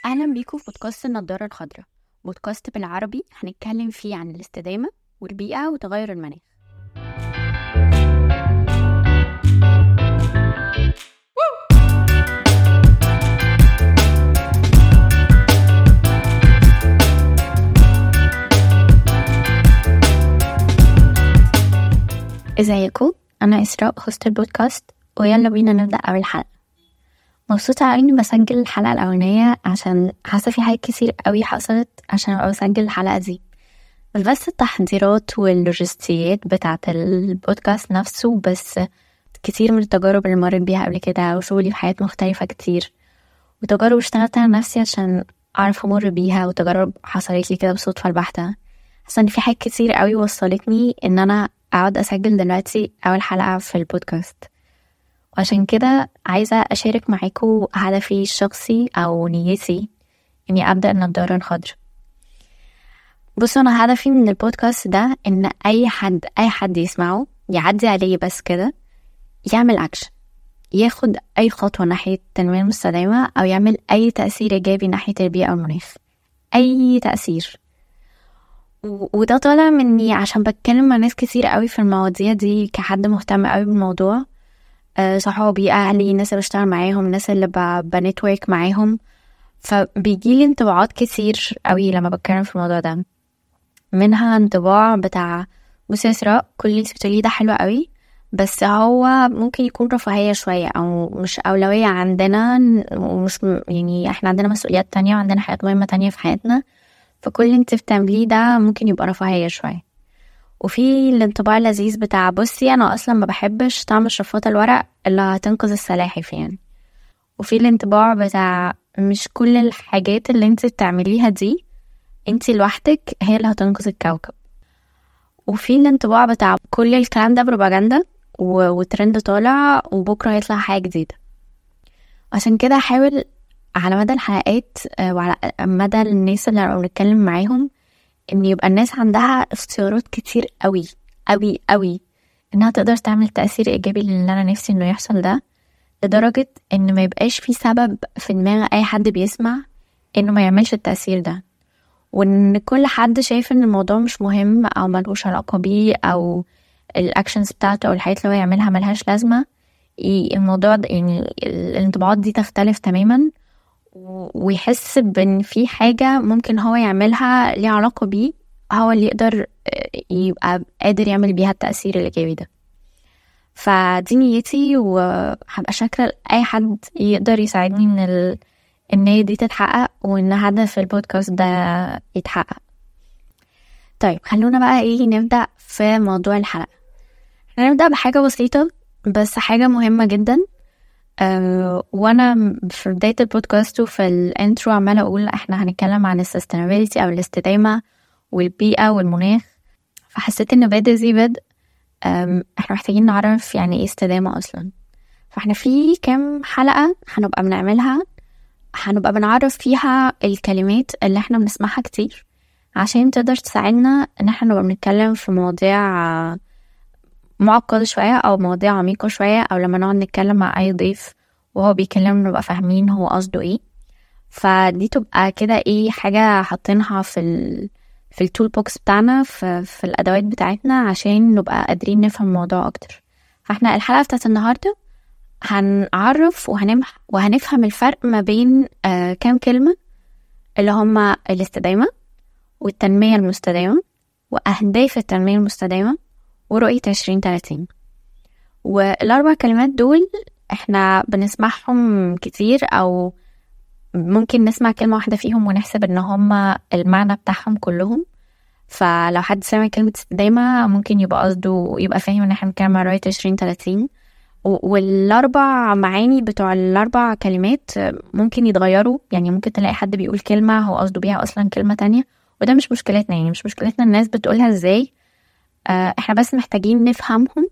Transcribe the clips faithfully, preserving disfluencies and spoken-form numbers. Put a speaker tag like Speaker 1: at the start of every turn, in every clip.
Speaker 1: أهلا بيكم في بودكاست النضارة الخضراء. بودكاست بالعربي هنتكلم فيه عن الاستدامة والبيئة وتغير المناخ. ازيكم؟ أنا إسراء هوست البودكاست، ويلا بينا نبدأ أول حلقة. مبسوطة أوي إني بسجل الحلقة الأولانية عشان حاسة في حاجات كتير قوي حصلت عشان أبقى بسجل الحلقة دي، مش بس التحضيرات واللوجستيات بتاعة البودكاست نفسه، بس كتير من التجارب اللي مريت بيها قبل كده وشغلي في حياة مختلفة كتير، وتجارب اشتغلت على نفسي عشان أعرف أمر بيها، وتجارب حصلت لي كده بصدفة البحتة. حاسة إن في حاجات كتير قوي وصلتني إن أنا أقعد أسجل دلوقتي أول حلقة في البودكاست، وعشان كده عايزة أشارك معاكم هدفي الشخصي أو نيتي إني أبدأ النضارة الخضراء. بصوا، أنا هدفي من البودكاست ده إن أي حد أي حد يسمعه يعدي عليه بس كده يعمل أكشن، ياخد أي خطوة ناحية التنمية المستدامة، أو يعمل أي تأثير إيجابي ناحية البيئة والمناخ، أي تأثير. و- وده طالع مني عشان بتكلم مع ناس كتير قوي في المواضيع دي كحد مهتم قوي بالموضوع. أه صحابي، أهلي، الناس اللي بشتغل معاهم، الناس اللي ب- بنتورك معاهم، فبيجيلي انطباعات كتير قوي لما بتكلم في الموضوع ده. منها انطباع بتاع بصي يا إسراء، كل اللي انت بتقوليه ده حلو قوي، بس هو ممكن يكون رفاهية شوية أو مش أولوية عندنا، ومش م- يعني احنا عندنا مسؤوليات تانية وعندنا حاجات مهمة تانية في حياتنا، فكل اللي انت بتعمليه ده ممكن يبقى رفاهية شوية. وفي الانطباع اللذيذ بتاع بصي أنا أصلا ما بحبش طعم شفاطة الورق اللي هتنقذ السلاحف يعني. وفي الانطباع بتاع مش كل الحاجات اللي انت بتعمليها دي انت لوحدك هي اللي هتنقذ الكوكب. وفي الانطباع بتاع كل الكلام ده بروباجندا و- وترند طالع وبكرة هيطلع حاجة جديدة. عشان كده هحاول على مدى الحلقات آه، وعلى مدى الناس اللي انا بنتكلم معاهم ان يبقى الناس عندها اختيارات كتير قوي قوي قوي انها تقدر تعمل تأثير ايجابي للي انا نفسي انه يحصل ده، لدرجة ان ما يبقاش في سبب في دماغ اي حد بيسمع انه ما يعملش التأثير ده، وان كل حد شايف ان الموضوع مش مهم او ملوش علاقة بيه، او الاكشنز بتاعته او الحاجات اللي هو يعملها ملهاش لازمة. ي- الموضوع ده يعني الانطباعات دي تختلف تماما، و- ويحس بان في حاجة ممكن هو يعملها ليها علاقة بيه، هو اللي يقدر آه، يبقى قادر يعمل بيها التأثير الإيجابي ده. فدي نيتي، وهبقى شاكرة لأي حد يقدر يساعدني ان ال... النية دي تتحقق، وان هدف البودكاست ده يتحقق. طيب خلونا بقى ايه نبدأ في موضوع الحلقة. هنبدأ بحاجة بسيطة بس حاجة مهمة جدا. أه وانا في بداية البودكاست وفي الانترو عمالة اقول احنا هنتكلم عن السستينابيلتي او الاستدامة والبيئة والمناخ، فحسيت ان بادئ زي بدء. أم، احنا محتاجين نعرف يعني ايه استدامة اصلا. فاحنا في كام حلقة هنبقى بنعملها هنبقى بنعرف فيها الكلمات اللي احنا بنسمعها كتير، عشان تقدر تساعدنا ان احنا نبقى بنتكلم في مواضيع آه، معقدة شوية او مواضيع عميقة شوية، او لما نقعد نتكلم مع اي ضيف وهو بيكلم نبقى فاهمين هو قصده ايه. فدي تبقى كده ايه حاجة حاطينها في ال في التول بوكس بتاعنا، في, في الادوات بتاعتنا، عشان نبقى قادرين نفهم الموضوع اكتر. فاحنا الحلقة بتاعت النهاردة هنعرف وهنمح وهنفهم الفرق ما بين آه كام كلمة، اللي هما الاستدامة والتنمية المستدامة وأهداف التنمية المستدامة ورؤية عشرين تلاتين. والأربع كلمات دول احنا بنسمعهم كتير، أو ممكن نسمع كلمة واحدة فيهم ونحسب ان هما المعنى بتاعهم كلهم. فلو حد سمع كلمة استدامة ممكن يبقى قصده يبقى فاهم ان احنا بنتكلم عن رؤية عشرين تلاتين، والأربع معاني بتوع الأربع كلمات ممكن يتغيروا. يعني ممكن تلاقي حد بيقول كلمة هو قصده بيها أصلا كلمة تانية، وده مش مشكلتنا، يعني مش مشكلتنا الناس بتقولها ازاي. آه احنا بس محتاجين نفهمهم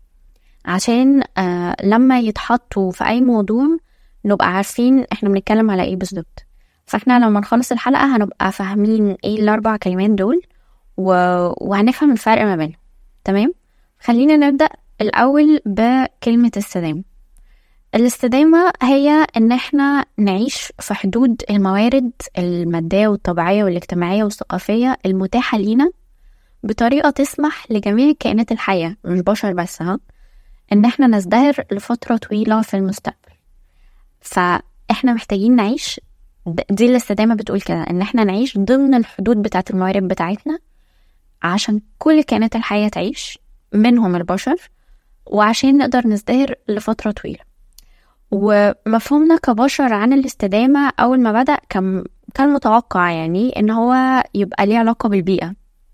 Speaker 1: عشان آه لما يتحطوا في أي موضوع نبقى عارفين احنا بنتكلم على ايه بالظبط. فاحنا لما نخلص الحلقة هنبقى فاهمين ايه الأربع كلمات دول، و... وهنفهم الفرق ما بينهم. تمام، خلينا نبدأ الأول بكلمة السلام. الاستدامة هي ان احنا نعيش في حدود الموارد المادية والطبيعية والاجتماعية والثقافية المتاحة لينا بطريقة تسمح لجميع الكائنات الحية، مش بشر بس، ها ان احنا نزدهر لفترة طويلة في المستقبل. فاحنا محتاجين نعيش، دي الاستدامة بتقول كده، ان احنا نعيش ضمن الحدود بتاعة الموارد بتاعتنا عشان كل الكائنات الحية تعيش، منهم البشر، وعشان نقدر نزدهر لفترة طويلة. ومفهومنا كبشر عن الاستدامة أول ما بدأ كان كان متوقع يعني إن هو يبقى ليه علاقة بالبيئة.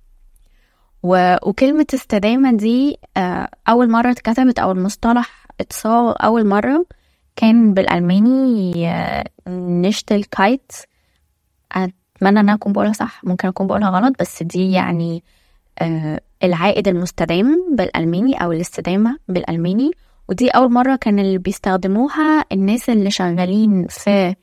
Speaker 1: وكلمة استدامة دي أول مرة اتكتبت أو المصطلح اتصاغ أول مرة كان بالألماني نشتل كايت. أتمنى أن أكون بقولها صح، ممكن أكون بقولها غلط، بس دي يعني العائد المستدام بالألماني أو الاستدامة بالألماني. ودي أول مرة كان اللي بيستخدموها الناس اللي شغالين في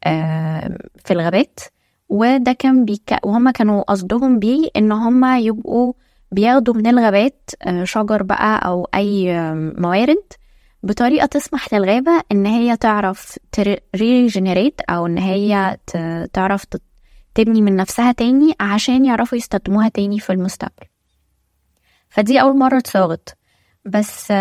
Speaker 1: في الغابات، وده كان بيك... وهم كانوا قصدهم بيه إن هم يبقوا بياخدوا من الغابات شجر بقى أو أي موارد بطريقة تسمح للغابة إن هي تعرف ريجنريت أو إن هي تعرف تبني من نفسها تاني عشان يعرفوا يستخدموها تاني في المستقبل. فدي أول مرة تصاغت. بس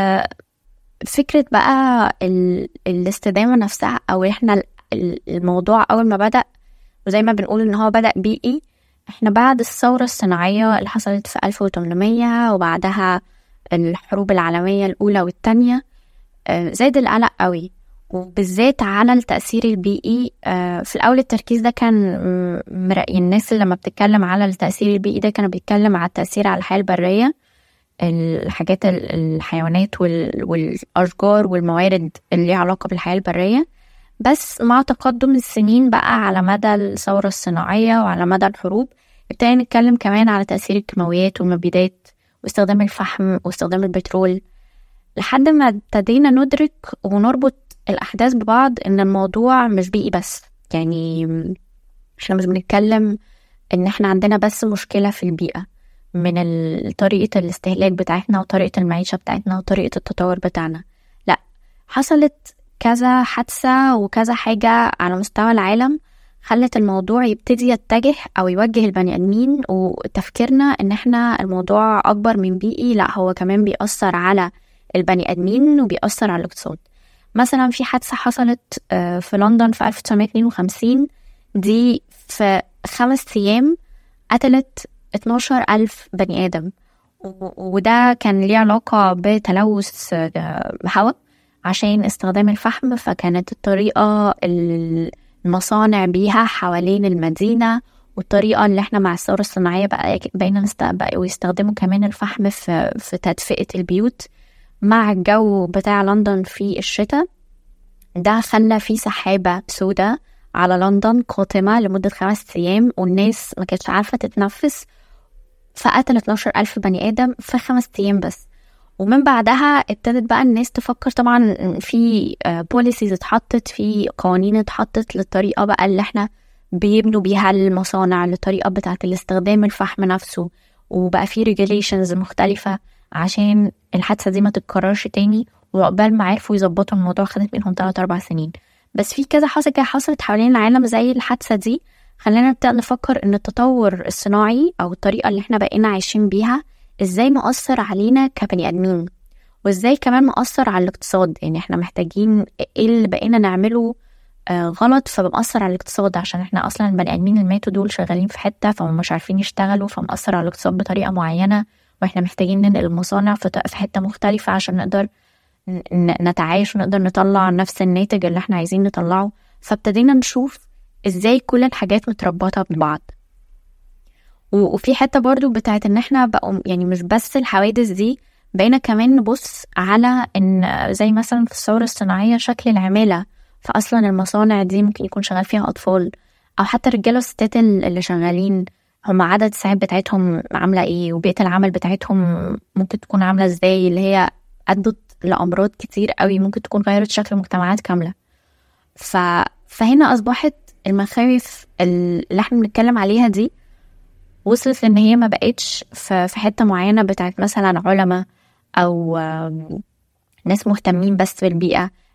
Speaker 1: فكرة بقى الاستدامة نفسها أو إحنا الموضوع أول ما بدأ، وزي ما بنقول إن هو بدأ بيئي، إحنا بعد الثورة الصناعية اللي حصلت في ألف وثمانمية وبعدها الحروب العالمية الأولى والتانية زاد القلق قوي، وبالذات على التأثير البيئي. في الأول التركيز ده كان مرأي الناس اللي لما بتتكلم على التأثير البيئي ده كانوا بيتكلم على التأثير على الحياة البرية، الحاجات الحيوانات والأشجار والموارد اللي ليها علاقة بالحياة البرية. بس مع تقدم السنين بقى على مدى الثورة الصناعية وعلى مدى الحروب ابتدينا نتكلم كمان على تأثير الكيماويات والمبيدات واستخدام الفحم واستخدام البترول، لحد ما ابتدينا ندرك ونربط الأحداث ببعض إن الموضوع مش بيئي بس. يعني احنا مش بنتكلم إن احنا عندنا بس مشكلة في البيئة من طريقة الاستهلاك بتاعتنا وطريقة المعيشة بتاعتنا وطريقة التطور بتاعنا، لا، حصلت كذا حادثة وكذا حاجة على مستوى العالم خلت الموضوع يبتدي يتجه أو يوجه البني آدمين وتفكيرنا إن احنا الموضوع أكبر من بيئي، لا هو كمان بيأثر على البني آدمين وبيأثر على الاقتصاد. مثلا في حادثة حصلت في لندن في ألف وتسعمية اتنين وخمسين، دي في خمس أيام قتلت اتناشر ألف بني آدم، وده كان ليه علاقة بتلوث هواء عشان استخدام الفحم. فكانت الطريقة المصانع بيها حوالين المدينة، والطريقة اللي احنا مع الثورة الصناعية بقى بقينا نستقبل ويستخدموا كمان الفحم في, في تدفئة البيوت مع الجو بتاع لندن في الشتاء، ده خلى في سحابة سوداء على لندن قاتمة لمدة خمس أيام، والناس ما كانتش عارفة تتنفس، فقتل اتناشر ألف بني آدم في خمس أيام بس. ومن بعدها ابتدت بقى الناس تفكر، طبعا في بوليسيز اتحطت، في قوانين اتحطت للطريقة بقى اللي احنا بيبنوا بيها المصانع، للطريقة بتاعة الاستخدام الفحم نفسه، وبقى في ريجوليشنز مختلفة عشان الحادثة دي ما تتكررش تاني. وعقبال ما عرفوا يظبطوا الموضوع خدت منهم ثلاث أربع سنين. بس في كذا حاجة كده حصلت حوالين العالم زي الحادثة دي خلينا نبدأ نفكر ان التطور الصناعي او الطريقة اللي احنا بقينا عايشين بيها ازاي مؤثر علينا كبني ادمين، وازاي كمان مؤثر على الاقتصاد. يعني احنا محتاجين ايه اللي بقينا نعمله آه غلط فبمأثر على الاقتصاد، عشان احنا اصلا البني ادمين اللي ماتوا دول شغالين في حتة فهم مش عارفين يشتغلوا، فمأثر على الاقتصاد بطريقة معينة، واحنا محتاجين ننقل المصانع في حتة مختلفة عشان نقدر نتعايش ونقدر نطلع نفس الناتج اللي احنا عايزين نطلعه. فابتدينا نشوف ازاي كل الحاجات متربطة ببعض. وفي حتة برضو بتاعت ان احنا بقوا يعني مش بس الحوادث دي، بقينا كمان نبص على ان زي مثلا في الثورة الصناعية شكل العمالة، فاصلا المصانع دي ممكن يكون شغال فيها اطفال او حتى رجالة وستات اللي شغالين، هم عدد الساعات بتاعتهم عاملة ايه، وبيئة العمل بتاعتهم ممكن تكون عاملة ازاي، اللي هي أدت لأمراض كتير قوي ممكن تكون غيرت شكل مجتمعات كاملة. ف... فهنا أصبحت المخاوف اللي احنا بنتكلم عليها دي وصلت لأن هي ما بقتش في حتة معينة بتاعت مثلا علماء أو ناس مهتمين بس بالبيئة،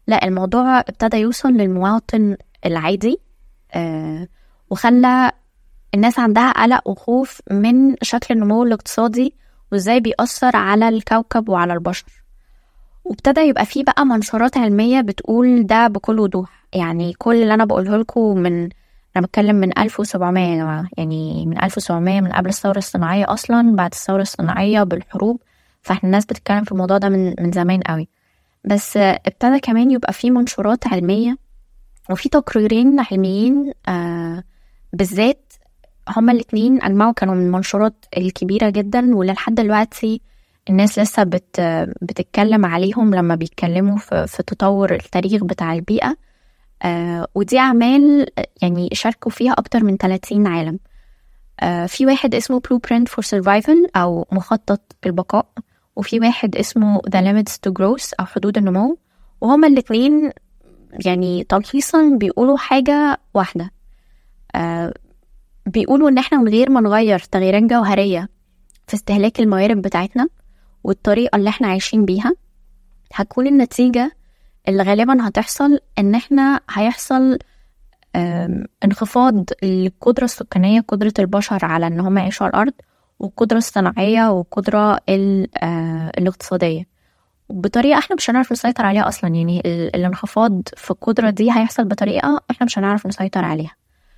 Speaker 1: لا، الموضوع ابتدى يوصل للمواطن العادي، آه وخلى الناس عندها قلق وخوف من شكل النمو الاقتصادي وازاي بيأثر على الكوكب وعلى البشر. وابتدى يبقى فيه بقى منشورات علمية بتقول ده بكل وضوح. يعني كل اللي أنا بقوله لكم من أنا بتكلم من ألف وسبعمية يا جماعة، يعني من ألف وسبعمية، من قبل الثورة الصناعية أصلا، بعد الثورة الصناعية بالحروب، فاحنا الناس بتتكلم في الموضوع ده من, من زمان قوي. بس ابتدى كمان يبقى فيه منشورات علمية وفي تقريرين علميين آه بالذات هما الاتنين أجمعوا كانوا من المنشورات الكبيرة جدا، ولحد دلوقتي الناس لسه بت بتتكلم عليهم لما بيتكلموا في, في تطور التاريخ بتاع البيئة. آه ودي أعمال يعني شاركوا فيها أكتر من ثلاثين عالم. آه في واحد اسمه Blueprint for Survival أو مخطط البقاء، وفي واحد اسمه The Limits to Growth أو حدود النمو، وهما الاتنين يعني تلخيصا بيقولوا حاجة واحدة. آه بيقولوا ان احنا من غير ما نغير تغييرات جوهرية في استهلاك الموارد بتاعتنا والطريقة اللي احنا عايشين بيها، هتكون النتيجة اللي غالبا هتحصل ان احنا هيحصل انخفاض القدرة السكانية، قدرة البشر على ان هم يعيشوا على الارض، والقدرة الصناعية والقدرة الاقتصادية بطريقة احنا مش هنعرف نسيطر عليها اصلا. يعني الانخفاض في القدرة دي هيحصل بطريقة احنا مش هنعرف نسيطر عليها.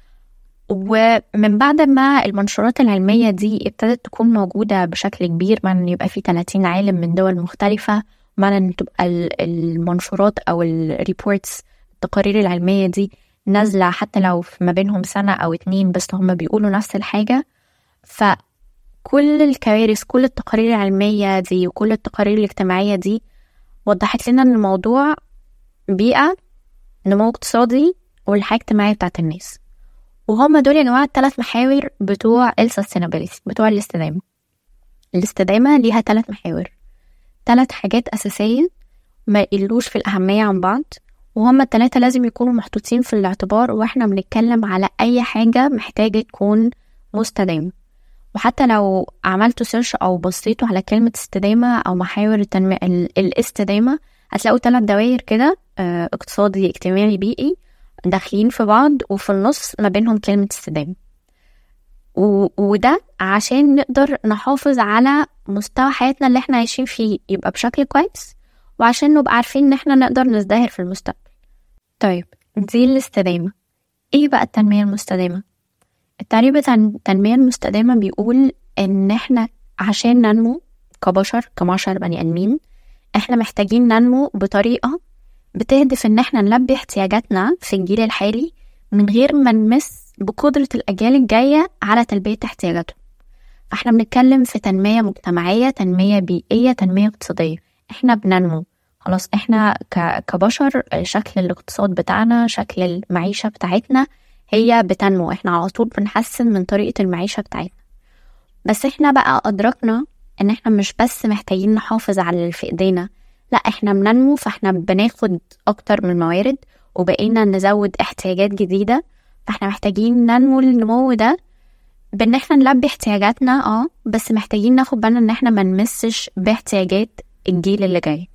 Speaker 1: ومن بعد ما المنشورات العلمية دي ابتدت تكون موجودة بشكل كبير، معنى ان يبقى في ثلاثين عالم من دول مختلفة، معنى ان تبقى المنشورات او الريبورتس التقارير العلمية دي نازلة حتى لو ما بينهم سنة او اتنين بس هم بيقولوا نفس الحاجة. فكل الكوارث، كل التقارير العلمية دي وكل التقارير الاجتماعية دي وضحت لنا ان الموضوع بيئة، نمو اقتصادي، والحياة الاجتماعية بتاعت الناس. وهم دول يا جماعة الثلاث محاور بتوع السستينابيليتي، بتوع الاستدامة. الاستدامة ليها ثلاث محاور، ثلاث حاجات أساسية ما يقلوش في الأهمية عن بعض، وهم الثلاثة لازم يكونوا محطوطين في الاعتبار واحنا بنتكلم على أي حاجة محتاجة تكون مستدامة. وحتى لو عملتوا سيرش أو بصيتوا على كلمة استدامة أو محاور التنمية الاستدامة، هتلاقوا ثلاث دوائر كده، اه اقتصادي، اجتماعي، بيئي، داخلين في بعض، وفي النص ما بينهم كلمة استدامة. وده عشان نقدر نحافظ على مستوى حياتنا اللي احنا عايشين فيه يبقى بشكل كويس، وعشان نبقى عارفين ان احنا نقدر نزدهر في المستقبل. طيب دي الاستدامة. ايه بقى التنمية المستدامة؟ التعريف بتاع التنمية المستدامة بيقول ان احنا عشان ننمو كبشر، كمعشر بني ادمين، احنا محتاجين ننمو بطريقة بتهدف ان احنا نلبي احتياجاتنا في الجيل الحالي من غير ما نمس بقدرة الأجيال الجاية على تلبية احتياجاتهم. فاحنا بنتكلم في تنمية مجتمعية، تنمية بيئية، تنمية اقتصادية. احنا بننمو خلاص، احنا كبشر شكل الاقتصاد بتاعنا، شكل المعيشة بتاعتنا هي بتنمو، احنا على طول بنحسن من طريقة المعيشة بتاعتنا. بس احنا بقى أدركنا ان احنا مش بس محتاجين نحافظ على اللي في ايدينا، لا احنا بننمو، فاحنا بناخد اكتر من موارد وبقينا نزود احتياجات جديدة. فاحنا محتاجين ننمو النمو ده بان احنا نلبي احتياجاتنا، اه بس محتاجين ناخد بالنا ان احنا ما نمسش باحتياجات الجيل اللي جاي.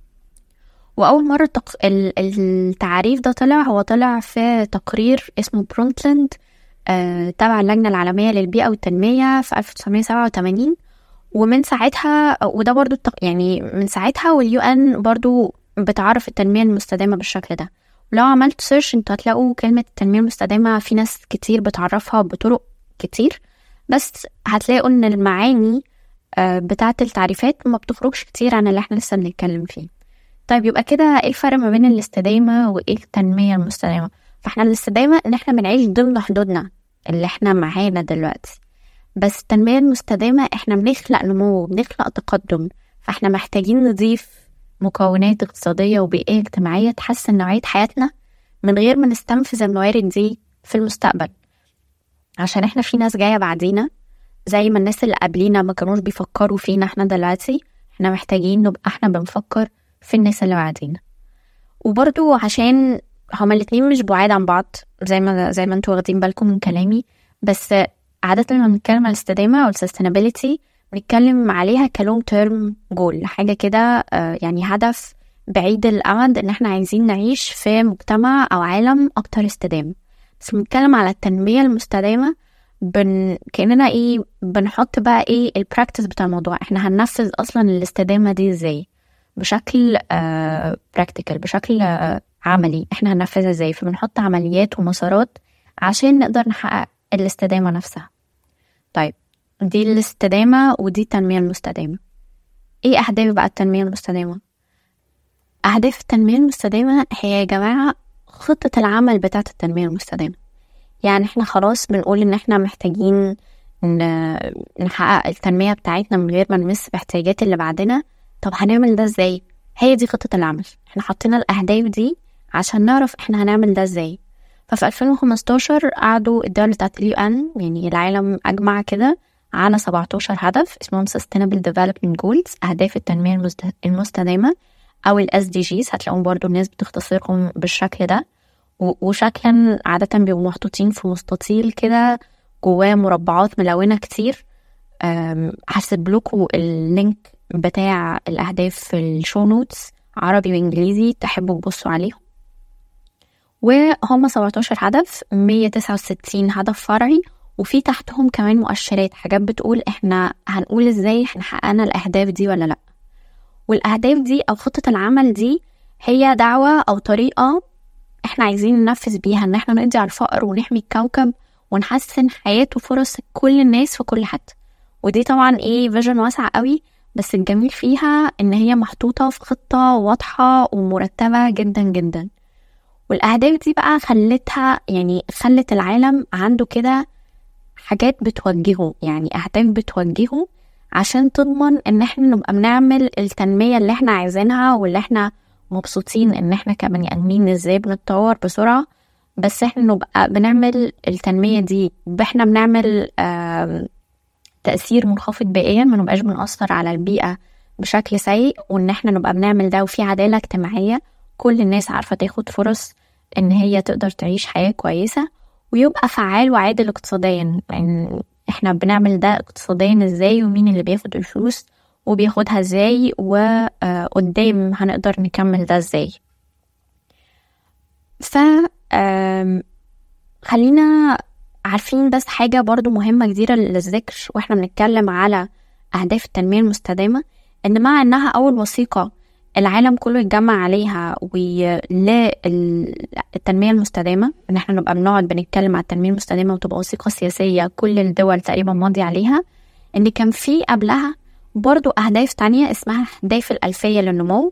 Speaker 1: واول مرة تق... التعريف ده طلع، هو طلع في تقرير اسمه برونتلاند آه تبع اللجنة العالمية للبيئة والتنمية في ألف وتسعمية سبعة وتمانين. ومن ساعتها، وده برضو يعني من ساعتها واليو ان برضو بتعرف التنمية المستدامة بالشكل ده. ولو عملت سيرش انتوا هتلاقوا كلمة التنمية المستدامة في ناس كتير بتعرفها بطرق كتير، بس هتلاقوا ان المعاني بتاعة التعريفات ما بتخرجش كتير عن اللي احنا لسه بنتكلم فيه. طيب يبقى كده ايه الفرق ما بين الاستدامة وايه التنمية المستدامة؟ فاحنا الاستدامة ان احنا بنعيش ضمن حدودنا اللي احنا معانا دلوقتي، بس التنمية المستدامة احنا بنخلق نمو، بنخلق تقدم. فاحنا محتاجين نضيف مكونات اقتصادية وبيئية اجتماعية تحسن نوعية حياتنا من غير ما نستنفذ الموارد دي في المستقبل، عشان احنا في ناس جاية بعدينا زي ما الناس اللي قبلينا ما كانوش بيفكروا فينا احنا دلوقتي، احنا محتاجين نبقى احنا بنفكر في الناس اللي بعدينا. وبرضو عشان هما الاتنين مش بعاد عن بعض زي ما زي ما انتوا واخدين بالكم من كلامي، بس عادة لما بنتكلم على الاستدامة أو السستينابيليتي بنتكلم عليها كلونج تيرم جول، حاجة كده يعني هدف بعيد الأمد إن احنا عايزين نعيش في مجتمع أو عالم أكتر استدامة. بس بنتكلم على التنمية المستدامة بن... كأننا ايه بنحط بقى ايه البراكتس بتاع الموضوع. احنا هننفذ أصلا الاستدامة دي ازاي بشكل آه براكتيكال، بشكل آه عملي. احنا هننفذها ازاي؟ فبنحط عمليات ومسارات عشان نقدر نحقق الاستدامة نفسها. طيب دي الاستدامة ودي التنمية المستدامة. ايه أهداف بقى التنمية المستدامة؟ أهداف التنمية المستدامة هي يا جماعة خطة العمل بتاعة التنمية المستدامة. يعني احنا خلاص بنقول ان احنا محتاجين نحقق التنمية بتاعتنا من غير ما نمس باحتياجات اللي بعدنا. طب هنعمل ده ازاي؟ هي دي خطة العمل. احنا حطينا الأهداف دي عشان نعرف احنا هنعمل ده ازاي. ففي ألفين وخمستاشر قعدوا الدول بتاعت اليو ان، يعني العالم أجمع كده، على سبعتاشر هدف اسمهم Sustainable Development Goals، أهداف التنمية المستدامة أو ال إس دي جيز. هتلاقون برضو الناس بتختصرهم بالشكل ده، وشكلا عادة بيبقوا محطوطين في مستطيل كده جواه مربعات ملونة كتير. هسيب لكم اللينك بتاع الأهداف في الشو نوتس عربي وإنجليزي تحبوا تبصوا عليهم. وهم سبعتاشر هدف، مية وتسعة وستين هدف فرعي، وفي تحتهم كمان مؤشرات، حاجات بتقول احنا هنقول ازاي احنا حققنا الأهداف دي ولا لأ. والأهداف دي أو خطة العمل دي هي دعوة أو طريقة احنا عايزين ننفذ بيها ان احنا نقضي على الفقر ونحمي الكوكب ونحسن حياة وفرص كل الناس في كل حتة. ودي طبعا ايه فيجن واسع قوي، بس الجميل فيها ان هي محطوطة في خطة واضحة ومرتبة جدا جدا. والأهداف دي بقى خلتها يعني خلت العالم عنده كده حاجات بتوجهه، يعني أهداف بتوجهه عشان تضمن ان احنا نبقى بنعمل التنمية اللي احنا عايزينها واللي احنا مبسوطين ان احنا كبني ادمين ازاي بنتطور بسرعة. بس احنا نبقى بنعمل التنمية دي احنا بنعمل تأثير منخفض بيئيا، ما نبقاش بنأثر على البيئة بشكل سيء، وان احنا نبقى بنعمل ده وفي عدالة اجتماعية، كل الناس عارفة تاخد فرص ان هي تقدر تعيش حياة كويسة، ويبقى فعال وعادل اقتصاديا. يعني احنا بنعمل ده اقتصاديا ازاي، ومين اللي بياخد الفلوس وبياخدها ازاي، وقدام هنقدر نكمل ده ازاي. ف خلينا عارفين بس حاجة برضو مهمة جديدة للذكر واحنا بنتكلم على أهداف التنمية المستدامة، ان مع انها اول وثيقة العالم كله يتجمع عليها وللتنمية المستدامة، ان احنا نبقى بنقعد بنتكلم على التنمية المستدامة وتبقى وثيقة سياسية كل الدول تقريبا ماضي عليها، ان كان في قبلها برضو أهداف تانية اسمها أهداف الألفية للنمو.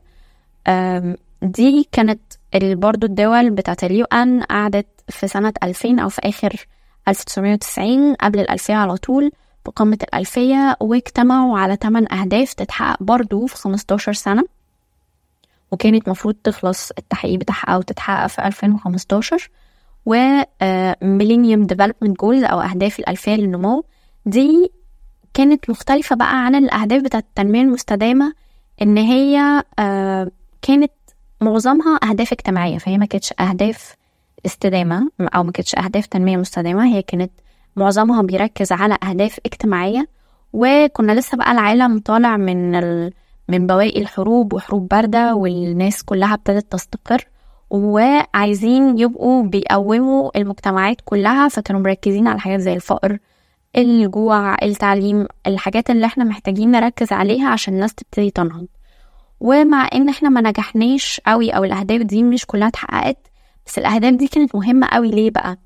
Speaker 1: دي كانت برضو الدول بتاعت اليو ان قعدت في سنة ألفين أو في آخر ألف وتسعمية وتسعين قبل الألفية على طول بقمة الألفية، واجتمعوا على ثمان أهداف تتحقق برضو في خمستاشر سنة، وكانت مفروض تخلص التحقيق بتاعها أو تتحقق في ألفين وخمستاشر. و Millennium Development Goals أو أهداف الألفية للنمو دي كانت مختلفة بقى عن الأهداف بتاعة التنمية المستدامة، إن هي كانت معظمها أهداف اجتماعية، فهي ما كانتش أهداف استدامة أو ما كانتش أهداف تنمية مستدامة، هي كانت معظمها بيركز على أهداف اجتماعية. وكنا لسه بقى العالم طالع من ال... من بواقي الحروب وحروب باردة، والناس كلها ابتدت تستقر وعايزين يبقوا بيقوموا المجتمعات كلها، فكانوا مركزين على حاجات زي الفقر، الجوع، التعليم، الحاجات اللي احنا محتاجين نركز عليها عشان الناس تبتدي تنهض. ومع ان احنا ما نجحناش قوي او الاهداف دي مش كلها اتحققت، بس الاهداف دي كانت مهمة قوي. ليه بقى؟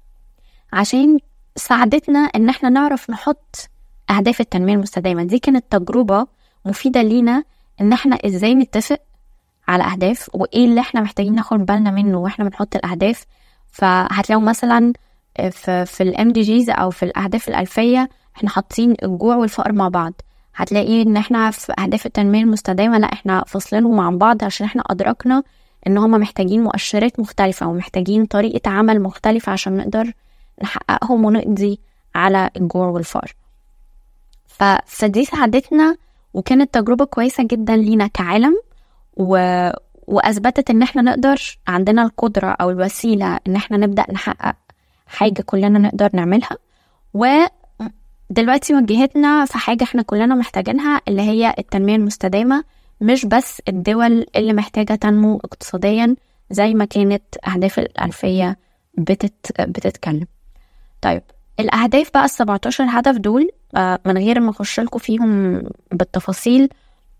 Speaker 1: عشان ساعدتنا ان احنا نعرف نحط اهداف التنمية المستدامة. دي كانت تجربة مفيدة لينا ان احنا ازاي نتفق على اهداف وايه اللي احنا محتاجين ناخد بالنا منه واحنا بنحط الاهداف. فهتلاقوا مثلا في في الام دي جيز او في الاهداف الالفيه احنا حاطين الجوع والفقر مع بعض، هتلاقي ان احنا في اهداف التنميه المستدامه لا احنا فاصلينهم عن بعض عشان احنا ادركنا ان هم محتاجين مؤشرات مختلفه ومحتاجين طريقه عمل مختلفه عشان نقدر نحققهم ونقضي على الجوع والفقر. فدي ساعدتنا وكانت تجربه كويسه جدا لينا كعالم، و... واثبتت ان احنا نقدر، عندنا القدره او الوسيله ان احنا نبدا نحقق حاجة كلنا نقدر نعملها. ودلوقتي وجهتنا في حاجة احنا كلنا محتاجينها اللي هي التنمية المستدامة مش بس الدول اللي محتاجة تنمو اقتصاديا زي ما كانت أهداف الألفية بتت... بتتكلم. طيب الأهداف بقى السبعتاشر هدف دول من غير ما أخش لكم فيهم بالتفاصيل،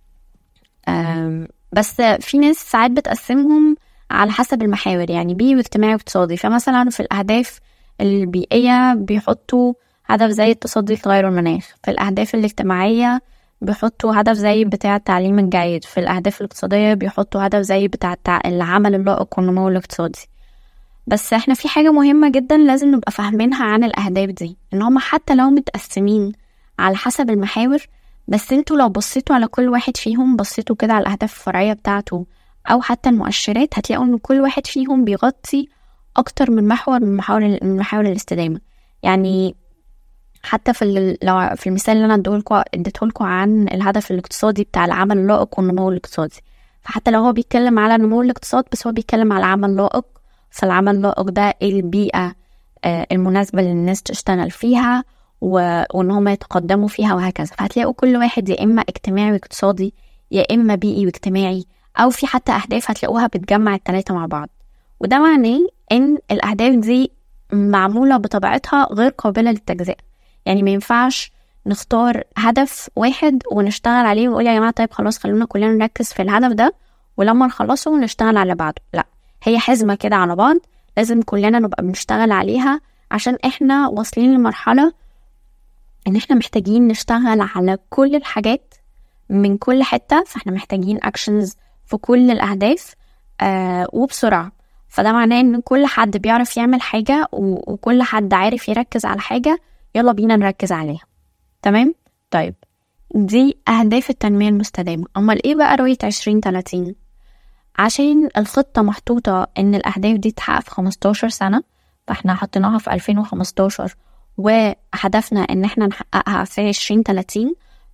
Speaker 1: بس في ناس ساعات بتقسمهم على حسب المحاور، يعني بيئي واجتماعي واقتصادي. فمثلا في الأهداف البيئية بيحطوا هدف زي التصدي لتغير المناخ، في الأهداف الاجتماعية بيحطوا هدف زي بتاع التعليم الجيد، في الأهداف الاقتصادية بيحطوا هدف زي بتاع العمل اللائق والنمو الاقتصادي. بس احنا في حاجة مهمة جدا لازم نبقى فاهمينها عن الأهداف دي، ان هم حتى لو متقسمين على حسب المحاور، بس انتوا لو بصيتوا على كل واحد فيهم، بصيتوا كده على الأهداف الفرعية بتاعته أو حتى المؤشرات، هتلاقوا ان كل واحد فيهم بيغطي أكتر من محور من محاور من محاور الاستدامة. يعني حتى في لو في المثال اللي انا اديته لكم عن الهدف الاقتصادي بتاع العمل اللائق والنمو الاقتصادي، فحتى لو هو بيتكلم على نمو الاقتصاد بس هو بيتكلم على عمل لائق، فالعمل اللائق ده البيئة المناسبة للناس تشتغل فيها وان هم يتقدموا فيها وهكذا. فهتلاقوا كل واحد يا اما اجتماعي واقتصادي يا اما بيئي واجتماعي، او في حتى اهداف هتلاقوها بتجمع الثلاثة مع بعض. وده معناه ان الاهداف دي معمولة بطبيعتها غير قابلة للتجزئة. يعني ما ينفعش نختار هدف واحد ونشتغل عليه ونقول يا جماعة طيب خلاص خلونا كلنا نركز في الهدف ده ولما نخلصه نشتغل على بعضه. لا، هي حزمة كده على بعض، لازم كلنا نبقى بنشتغل عليها، عشان احنا واصلين لمرحلة ان احنا محتاجين نشتغل على كل الحاجات من كل حتة. فاحنا محتاجين اكشنز في كل الاهداف آه وبسرعة. فده معناه ان كل حد بيعرف يعمل حاجة وكل حد عارف يركز على حاجة، يلا بينا نركز عليها. تمام؟ طيب دي أهداف التنمية المستدامة. أمال إيه بقى رؤية عشرين ثلاثين؟ عشان الخطة محطوطة إن الأهداف دي تحقق في خمستاشر سنة، فإحنا حطيناها في ألفين وخمستاشر وهدفنا إن إحنا نحققها في عشرين ثلاثين.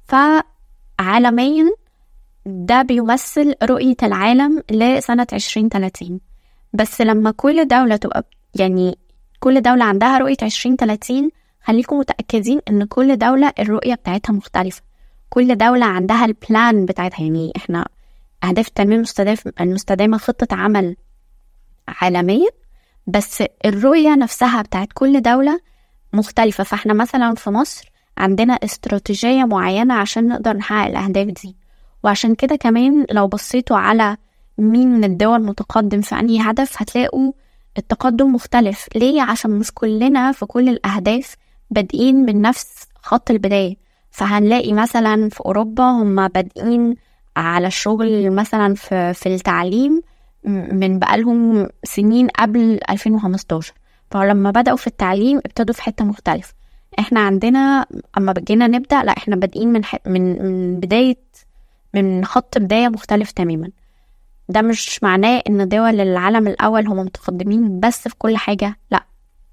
Speaker 1: فعالميا ده بيمثل رؤية العالم لسنة عشرين ثلاثين. بس لما كل دولة تبقى يعني كل دولة عندها رؤية عشرين ثلاثين، خليكم متأكدين ان كل دولة الرؤية بتاعتها مختلفة، كل دولة عندها البلان بتاعتها. يعني احنا اهداف التنمية المستدامة خطة عمل عالمية، بس الرؤية نفسها بتاعت كل دولة مختلفة. فاحنا مثلا في مصر عندنا استراتيجية معينة عشان نقدر نحقق الاهداف دي. وعشان كده كمان لو بصيتوا على مين من الدول متقدم في أنهي هدف هتلاقوا التقدم مختلف. ليه؟ عشان مش كلنا في كل الأهداف بادئين من نفس خط البداية. فهنلاقي مثلا في أوروبا هم بادئين على الشغل مثلا في, في التعليم من بقالهم سنين قبل ألفين وخمستاشر، فلما بدأوا في التعليم ابتدوا في حتة مختلف. احنا عندنا اما بجينا نبدأ لا احنا بادئين من, من, من بداية من خط بداية مختلف تماما. ده مش معناه ان دول العالم الأول هم متقدمين بس في كل حاجة، لا،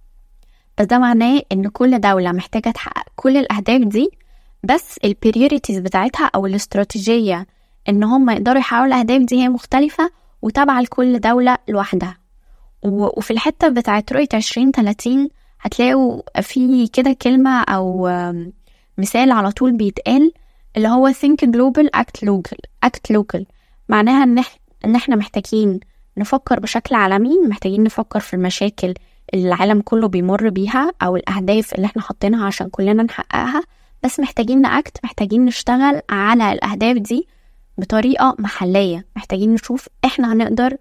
Speaker 1: بس ده معناه ان كل دولة محتاجة تحقق كل الأهداف دي، بس البريوريتيز بتاعتها او الاستراتيجية ان هم يقدروا يحققوا الأهداف دي هي مختلفة وتابعة لكل دولة لوحدها. وفي الحتة بتاعت رؤية عشرين ثلاثين هتلاقوا في كده كلمة او مثال على طول بيتقال اللي هو think global act local act local. معناها ان ان احنا محتاجين نفكر بشكل عالمي، محتاجين نفكر في المشاكل اللي العالم كله بيمر بيها او الاهداف اللي احنا حاطينها عشان كلنا نحققها، بس محتاجين نأكت محتاجين نشتغل على الاهداف دي بطريقة محلية. محتاجين نشوف احنا هنقدر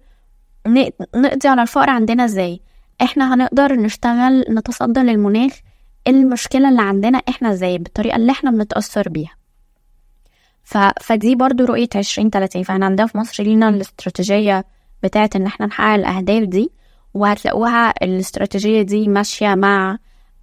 Speaker 1: نقضي على الفقر عندنا ازاي، احنا هنقدر نشتغل نتصدى للمناخ، المشكلة اللي عندنا احنا ازاي بالطريقة اللي احنا بنتأثر بيها. ف... فدي برضو رؤية عشرين ثلاثين. فاحنا عندنا في مصر لينا الاستراتيجية بتاعة ان احنا نحقق الاهداف دي، وهتلاقوها الاستراتيجية دي ماشية مع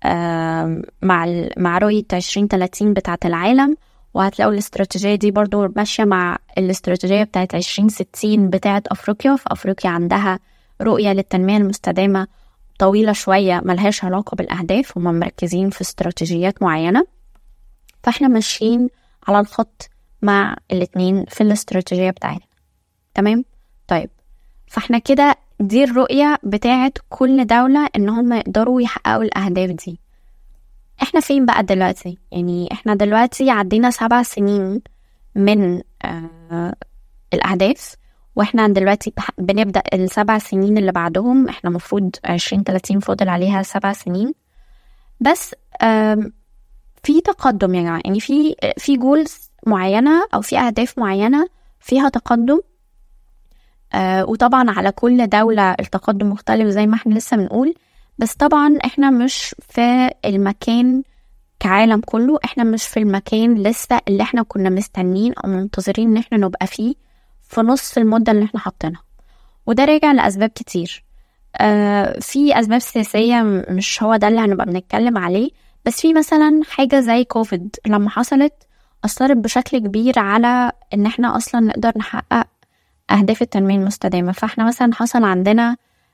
Speaker 1: آه مع ال... مع رؤية عشرين ثلاثين بتاعة العالم، وهتلاقوا الاستراتيجية دي برضو ماشية مع الاستراتيجية بتاعة عشرين ستين بتاعة افريقيا. فافريقيا عندها رؤية للتنمية المستدامة طويلة شوية ملهاش علاقة بالاهداف، هم مركزين في استراتيجيات معينة. فاحنا ماشيين على الخط مع الاتنين في الاستراتيجية بتاعتنا. تمام؟ طيب فاحنا كده دي الرؤية بتاعت كل دولة ان هم يقدروا يحققوا الاهداف دي. احنا فين بقى دلوقتي؟ يعني احنا دلوقتي عدينا سبع سنين من آه الأهداف، وإحنا دلوقتي بنبدأ السبع سنين اللي بعدهم. إحنا مفروض عشرين تلاتين فاضل عليها سبع سنين بس. في تقدم يا جماعة، يعني في في جولز معينة أو في أهداف معينة فيها تقدم. آه وطبعا على كل دولة التقدم مختلف زي ما احنا لسه بنقول، بس طبعا احنا مش في المكان كعالم كله، احنا مش في المكان لسه اللي احنا كنا مستنين او منتظرين ان احنا نبقى فيه في نص المدة اللي احنا حاطينها. وده راجع لأسباب كتير. آه في أسباب سياسية مش هو ده اللي هنبقى بنتكلم عليه، بس في مثلا حاجة زي كوفيد لما حصلت أثرت بشكل كبير على ان احنا اصلا نقدر نحقق أهداف التنمية المستدامة. فاحنا مثلا حصل عندنا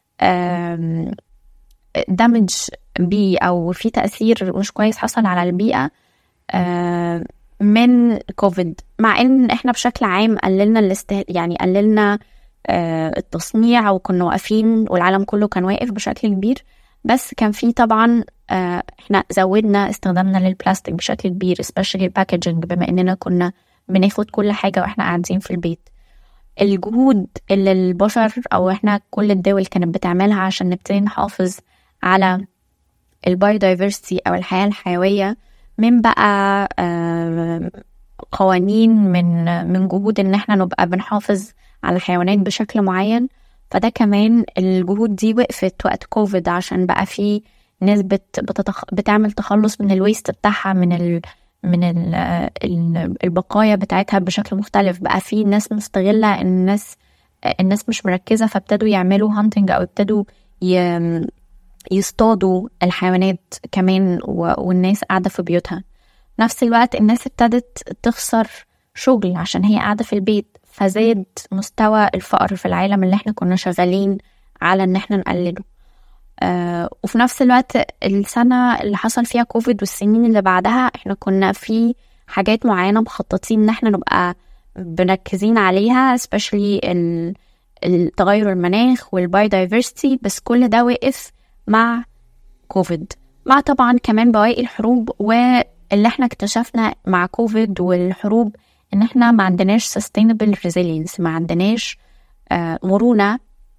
Speaker 1: دمج بي أو في تأثير مش كويس حصل على البيئة من كوفيد، مع ان احنا بشكل عام قللنا الاست... يعني قللنا التصنيع وكنا واقفين والعالم كله كان واقف بشكل كبير، بس كان في طبعا احنا زودنا استخدامنا للبلاستيك بشكل كبير especially الباكجينج، بما اننا كنا بناخد كل حاجة واحنا قاعدين في البيت. الجهود اللي البشر أو إحنا كل الدول كانت بتعملها عشان نبتدي نحافظ على البايودايفرسيتي أو الحياة الحيوية، من بقى قوانين من من جهود إن إحنا نبقى بنحافظ على الحيوانات بشكل معين. فده كمان الجهود دي وقفت وقت كوفيد عشان بقى في ناس بت بتتخ... بتعمل تخلص من الويست بتاعها، من ال من ال البقايا بتاعتها بشكل مختلف. بقى في ناس مستغلة ان الناس الناس مش مركزة، فابتدوا يعملوا هانتنج او ابتدوا يصطادوا الحيوانات كمان، والناس قاعدة في بيوتها. نفس الوقت الناس ابتدت تخسر شغل عشان هي قاعدة في البيت، فزاد مستوى الفقر في العالم اللي احنا كنا شغالين على ان احنا نقلله. آه وفي نفس الوقت السنة اللي حصل فيها كوفيد والسنين اللي بعدها احنا كنا في حاجات معينة مخططين ان احنا نبقى بنركزين عليها especially التغير المناخ والبايودايفرسيتي، بس كل ده وقف مع كوفيد، مع طبعا كمان بواقي الحروب. واللي احنا اكتشفنا مع كوفيد والحروب ان احنا ما عندناش sustainable resilience، ما عندناش آه مرونة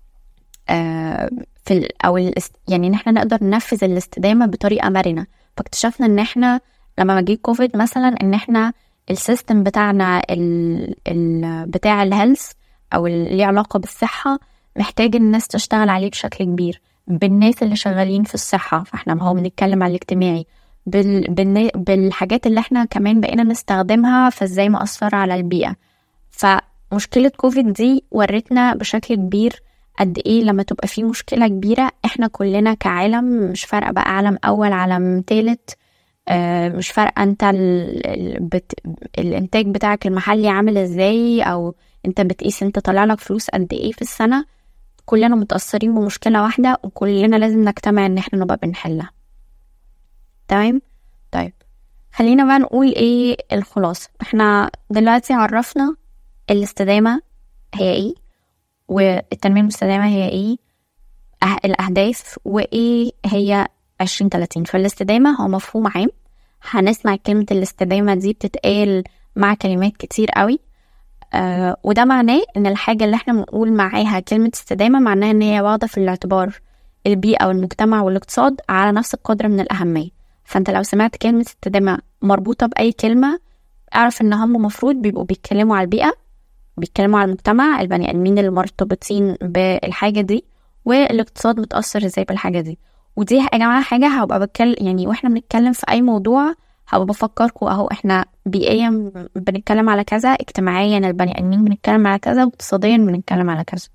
Speaker 1: آه في ال أو الاست... يعني ان احنا نقدر ننفذ الاستدامة بطريقة مرنة. فاكتشفنا ان احنا لما جه كوفيد مثلا ان احنا السيستم بتاعنا ال... ال... بتاع الهيلث او اللي ليه علاقة بالصحة محتاج الناس تشتغل عليه بشكل كبير، بالناس اللي شغالين في الصحة. فاحنا ما هو بنتكلم على الاجتماعي، بال... بال... بالحاجات اللي احنا كمان بقينا نستخدمها فازاي مأثر على البيئة. فمشكلة كوفيد دي ورتنا بشكل كبير قد ايه لما تبقى في مشكلة كبيرة احنا كلنا كعالم، مش فارقة بقى عالم اول عالم تالت، اه مش فارقة انت ال... ال... بت... الانتاج بتاعك المحلي عامل ازاي، او انت بتقيس انت طلع لك فلوس قد ايه في السنة. كلنا متأثرين بمشكلة واحدة وكلنا لازم نجتمع ان احنا نبقى بنحلها. تمام؟ طيب خلينا بقى نقول ايه الخلاصة. احنا دلوقتي عرفنا الاستدامة هي ايه، والتنمية المستدامة هي ايه، أه... الأهداف، وايه هي عشرين تلاتين. فالاستدامة هو مفهوم عام، هنسمع كلمة الاستدامة دي بتتقال مع كلمات كتير قوي. آه وده معناه ان الحاجة اللي احنا بنقول معاها كلمة استدامة معناها ان هي واخدة في الاعتبار البيئة والمجتمع والاقتصاد على نفس القدر من الأهمية. فانت لو سمعت كلمة استدامة مربوطة بأي كلمة اعرف ان هم مفروض بيبقوا بيتكلموا على البيئة، بيتكلموا على المجتمع، البني آدمين المرتبطين بالحاجة دي، والاقتصاد متأثر ازاي بالحاجة دي. ودي يا جماعة حاجة هبقى بتكلم يعني واحنا بنتكلم في اي موضوع هبقى بفكركم اهو، احنا بيئيا بنتكلم على كذا، اجتماعيا البني آدمين بنتكلم على كذا، واقتصاديا بنتكلم على كذا.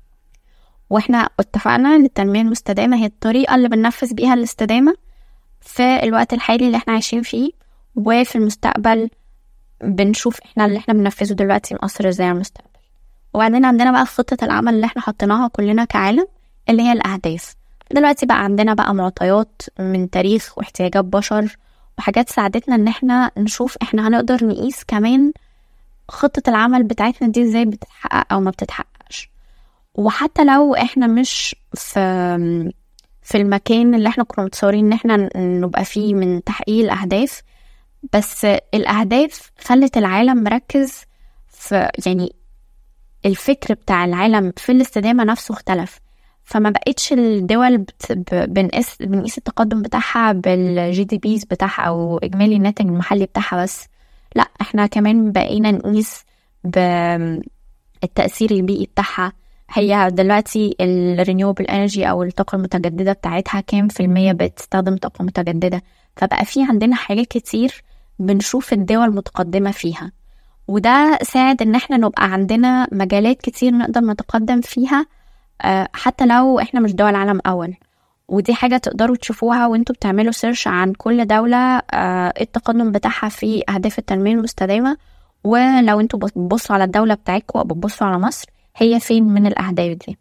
Speaker 1: واحنا اتفقنا ان التنمية المستدامة هي الطريقة اللي بننفذ بيها الاستدامة في الوقت الحالي اللي احنا عايشين فيه، وفي المستقبل بنشوف احنا اللي احنا بننفذه دلوقتي مأثر ازاي على المستقبل. وبعدين عندنا بقى خطة العمل اللي احنا حطيناها كلنا كعالم اللي هي الأهداف. دلوقتي بقى عندنا بقى معطيات من تاريخ واحتياجات بشر وحاجات ساعدتنا ان احنا نشوف احنا هنقدر نقيس كمان خطة العمل بتاعتنا دي ازاي بتتحقق او ما بتتحققش. وحتى لو احنا مش في في المكان اللي احنا كنا متصورين ان احنا نبقى فيه من تحقيق الاهداف، بس الاهداف خلت العالم مركز في يعني الفكر بتاع العالم في الاستدامة نفسه اختلف. فما بقتش الدول بت... ب... بنقيس بنقيس التقدم بتاعها بالجي دي بيز بتاعها أو إجمالي الناتج المحلي بتاعها بس، لا احنا كمان بقينا نقيس بالتأثير البيئي بتاعها. هي دلوقتي الرينيوبل انرجي أو الطاقة المتجددة بتاعتها كام في المية بتستخدم طاقة متجددة. فبقى في عندنا حاجات كتير بنشوف الدول متقدمة فيها، وده ساعد ان احنا نبقى عندنا مجالات كتير نقدر نتقدم فيها حتى لو احنا مش دول عالم اول. ودي حاجة تقدروا تشوفوها وانتوا بتعملوا سيرش عن كل دولة التقدم بتاعها في اهداف التنمية المستدامة، ولو انتوا بتبصوا على الدولة بتاعتكم او بتبصوا على مصر هي فين من الاهداف دي.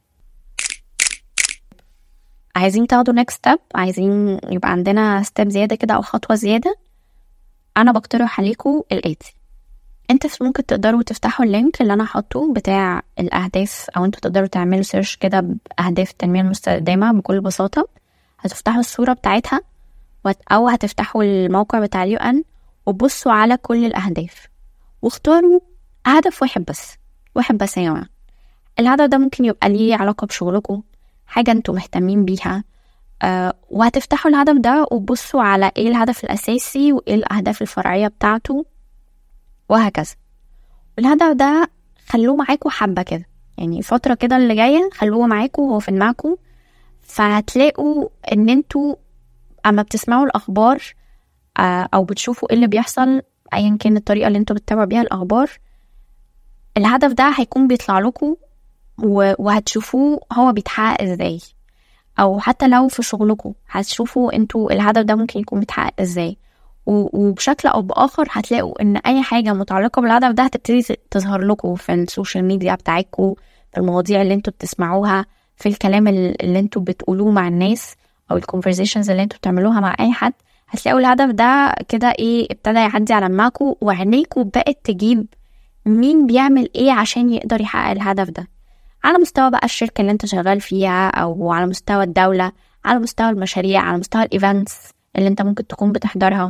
Speaker 1: عايزين تاخدوا next step، عايزين يبقى عندنا step زيادة كده او خطوة زيادة، انا بقترح عليكم الاتي. انت ممكن تقدروا تفتحوا اللينك اللي انا حاطه بتاع الاهداف، او انتوا تقدروا تعملوا سيرش كده باهداف التنميه المستدامه بكل بساطه. هتفتحوا الصوره بتاعتها او هتفتحوا الموقع بتاع اليو ان وبصوا على كل الاهداف واختاروا هدف واحد بس، واحد بس يا جماعه. الهدف ده ممكن يبقى ليه علاقه بشغلكم، حاجه انتوا مهتمين بيها، أه وهتفتحوا الهدف ده وبصوا على ايه الهدف الاساسي وايه الاهداف الفرعيه بتاعته وهكذا. الهدف ده خلوه معاكم حبة كده، يعني فترة كده اللي جاية خلوه معاكم وهو في دماغكم. فهتلاقوا ان انتوا اما بتسمعوا الاخبار او بتشوفوا ايه اللي بيحصل ايا كان الطريقة اللي انتوا بتتابعوا بيها الاخبار، الهدف ده هيكون بيطلع لكم وهتشوفوه هو بيتحقق ازاي. او حتى لو في شغلكم هتشوفوا انتوا الهدف ده ممكن يكون بيتحقق ازاي، وبشكل او باخر هتلاقوا ان اي حاجه متعلقه بالهدف ده هتبتدي تظهر لكم في السوشيال ميديا بتاعتكم، في المواضيع اللي انتوا بتسمعوها، في الكلام اللي انتوا بتقولوه مع الناس او الكونفرزيشنز اللي انتوا بتعملوها مع اي حد. هتلاقوا الهدف ده كده ايه ابتدى يعدي على دماغكم، وعينيكم بقت تجيب مين بيعمل ايه عشان يقدر يحقق الهدف ده، على مستوى بقى الشركه اللي انت شغال فيها، او على مستوى الدوله، على مستوى المشاريع، على مستوى الايفنتس اللي انت ممكن تكون بتحضرها.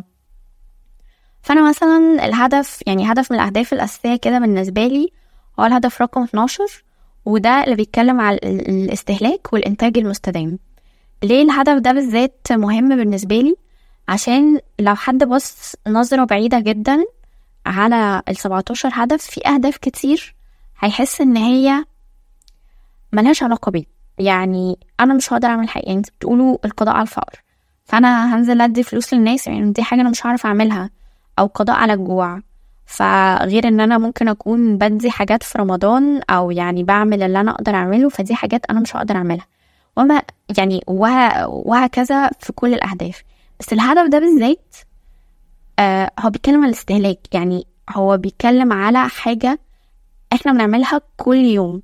Speaker 1: فانا مثلا الهدف يعني هدف من الاهداف الاساسيه كده بالنسبه لي هو الهدف رقم اتناشر، وده اللي بيتكلم على الاستهلاك والانتاج المستدام. ليه الهدف ده بالذات مهم بالنسبه لي؟ عشان لو حد بص نظره بعيده جدا على ال سبعتاشر هدف، في اهداف كتير هيحس ان هي ملهاش علاقه بيه. يعني انا مش هقدر اعمل حاجه، يعني انت بتقولوا القضاء على الفقر، فانا هنزل ادي فلوس للناس، يعني دي حاجه انا مش هعرف اعملها. او قضاء على الجوع، فغير ان انا ممكن اكون بدي حاجات في رمضان او يعني بعمل اللي انا اقدر اعمله، فدي حاجات انا مش هقدر اعملها، وما يعني وه... وهكذا في كل الاهداف. بس الهدف ده بالذات آه هو بيتكلم على الاستهلاك، يعني هو بيتكلم على حاجة احنا بنعملها كل يوم،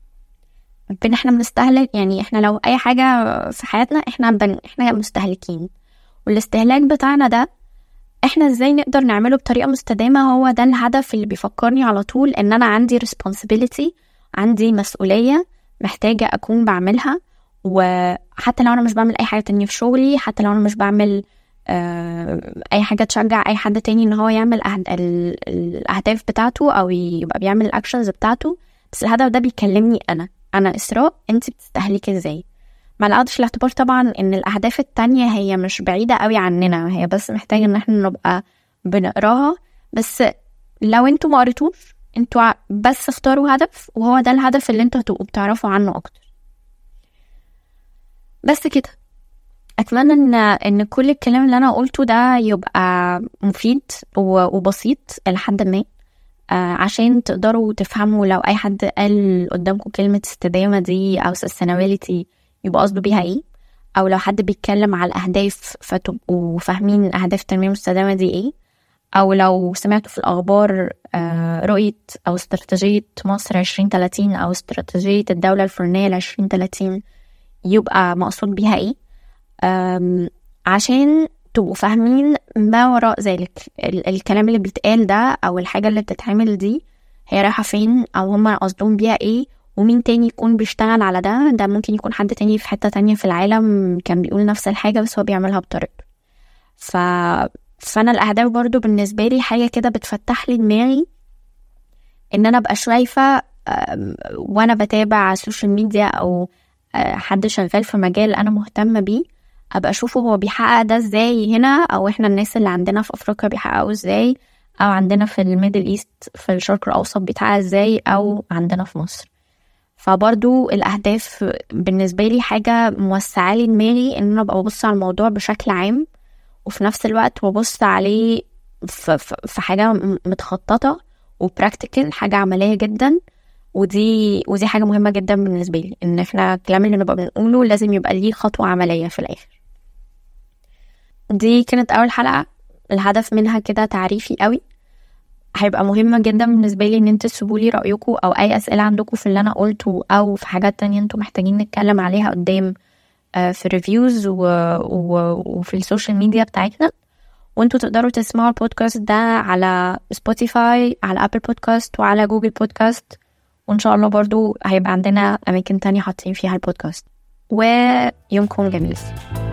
Speaker 1: بين احنا بنستهلك. يعني احنا لو اي حاجة في حياتنا احنا بن... احنا مستهلكين، والاستهلاك بتاعنا ده احنا ازاي نقدر نعمله بطريقة مستدامة. هو ده الهدف اللي بيفكرني على طول ان انا عندي responsibility، عندي مسؤولية محتاجة اكون بعملها. وحتى لو انا مش بعمل اي حاجة تانية في شغلي، حتى لو انا مش بعمل آه اي حاجة تشجع اي حد تاني ان هو يعمل أهد... الاهداف بتاعته او يبقى بيعمل الاكشنز بتاعته، بس الهدف ده بيكلمني انا انا اسراء انت بتستهلكي ازاي. ما نقضش الاعتبار طبعا ان الاهداف التانية هي مش بعيدة قوي عننا، هي بس محتاجة ان احنا نبقى بنقراها. بس لو انتوا ما قريتوش، انتوا بس اختاروا هدف وهو ده الهدف اللي انتوا هتبقوا بتعرفوا عنه اكتر. بس كده اتمنى ان ان كل الكلام اللي انا قلته ده يبقى مفيد وبسيط لحد ما، عشان تقدروا تفهموا لو اي حد قال قدامكم كلمة استدامة دي او sustainability يبقى قصده بيها ايه، او لو حد بيتكلم على الاهداف فتبقوا فاهمين اهداف التنمية المستدامة دي ايه، او لو سمعتوا في الاخبار رؤية او استراتيجية مصر عشرين ثلاثين او استراتيجية الدولة الفلانية لعشرين ثلاثين يبقى مقصود بيها ايه، عشان تبقوا فاهمين ما وراء ذلك. الكلام اللي بيتقال ده او الحاجة اللي بتتعمل دي هي رايحة فين، او هم قصدهم بيها ايه، ومين تاني يكون بيشتغل على ده. ده ممكن يكون حد تاني في حتة تانية في العالم كان بيقول نفس الحاجة بس هو بيعملها بطريقته. ف... فانا الاهداف برضو بالنسبة لي حاجة كده بتفتح لي دماغي ان انا ابقى شايفة وانا بتابع على السوشيال ميديا او حد شغال في مجال انا مهتمة بيه، ابقى اشوفه هو بيحقق ده ازاي هنا، او احنا الناس اللي عندنا في افريقيا بيحققوا ازاي، او عندنا في الميدل ايست في الشرق الاوسط بيتحقق ازاي، او عندنا في مصر. فبرضو الاهداف بالنسبة لي حاجة موسعة لي دماغي ان انا ابقى ببص على الموضوع بشكل عام، وفي نفس الوقت ببص عليه في حاجة متخططة وبراكتيكال، حاجة عملية جدا. ودي ودي حاجة مهمة جدا بالنسبة لي، ان احنا الكلام اللي نبقى بنقوله لازم يبقى ليه خطوة عملية في الاخر. دي كانت اول حلقة، الهدف منها كده تعريفي قوي. هيبقى مهمة جدا بالنسبة لي ان انتوا تسيبوا لي رأيكم او اي اسئلة عندكم في اللي انا قلته، او في حاجات تانية انتوا محتاجين نتكلم عليها قدام في ريفيوز و... و... وفي السوشيال ميديا بتاعتنا. وانتوا تقدروا تسمعوا البودكاست ده على سبوتيفاي، على ابل بودكاست، وعلى جوجل بودكاست، وان شاء الله برضو هيبقى عندنا اماكن تانية حاطين فيها البودكاست. ويومكم جميل.